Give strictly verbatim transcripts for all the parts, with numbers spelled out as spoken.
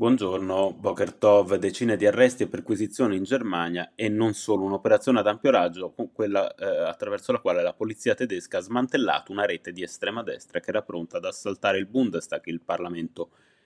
Buongiorno, Boker Tov, decine di arresti e perquisizioni in Germania e non solo un'operazione ad ampio raggio, con quella eh, attraverso la quale la polizia tedesca ha smantellato una rete di estrema destra che era pronta ad assaltare il Bundestag, il Parlamento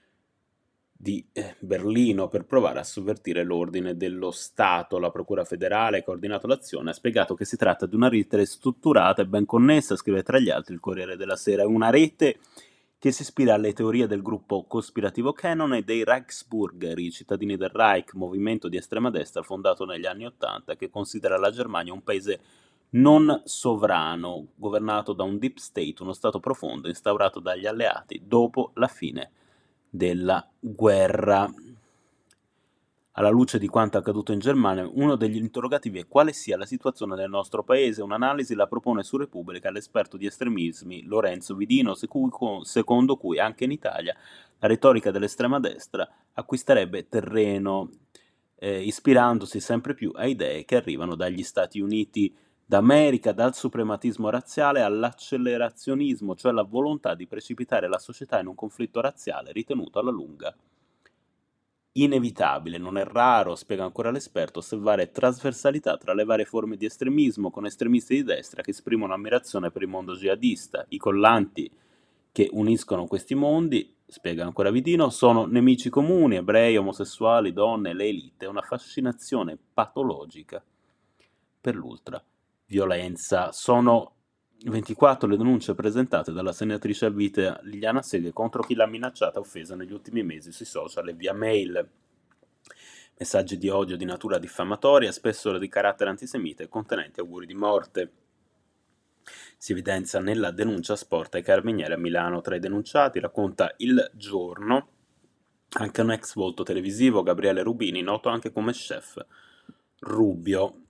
di eh, Berlino, per provare a sovvertire l'ordine dello Stato. La Procura federale, che ha coordinato l'azione, ha spiegato che si tratta di una rete strutturata e ben connessa, scrive tra gli altri il Corriere della Sera. È una rete che si ispira alle teorie del gruppo cospirativo Canon e dei Reichsbürger, i cittadini del Reich, movimento di estrema destra fondato negli anni Ottanta, che considera la Germania un paese non sovrano, governato da un deep state, uno stato profondo instaurato dagli alleati dopo la fine della guerra. Alla luce di quanto accaduto in Germania, uno degli interrogativi è quale sia la situazione nel nostro paese. Un'analisi la propone su Repubblica l'esperto di estremismi Lorenzo Vidino, secondo cui anche in Italia la retorica dell'estrema destra acquisterebbe terreno, eh, ispirandosi sempre più a idee che arrivano dagli Stati Uniti d'America, dal suprematismo razziale all'accelerazionismo, cioè la volontà di precipitare la società in un conflitto razziale ritenuto alla lunga inevitabile. Non è raro, spiega ancora l'esperto, osservare trasversalità tra le varie forme di estremismo, con estremisti di destra che esprimono ammirazione per il mondo jihadista. I collanti che uniscono questi mondi, spiega ancora Vidino, sono nemici comuni: ebrei, omosessuali, donne, le elite, una fascinazione patologica per l'ultra violenza. Sono ventiquattro le denunce presentate dalla senatrice a vita Liliana Segre contro chi l'ha minacciata e offesa negli ultimi mesi sui social e via mail. Messaggi di odio di natura diffamatoria, spesso di carattere antisemita e contenenti auguri di morte. Si evidenzia nella denuncia Sport ai Carabinieri a Milano. Tra i denunciati, racconta Il Giorno, anche un ex volto televisivo, Gabriele Rubini, noto anche come chef Rubio.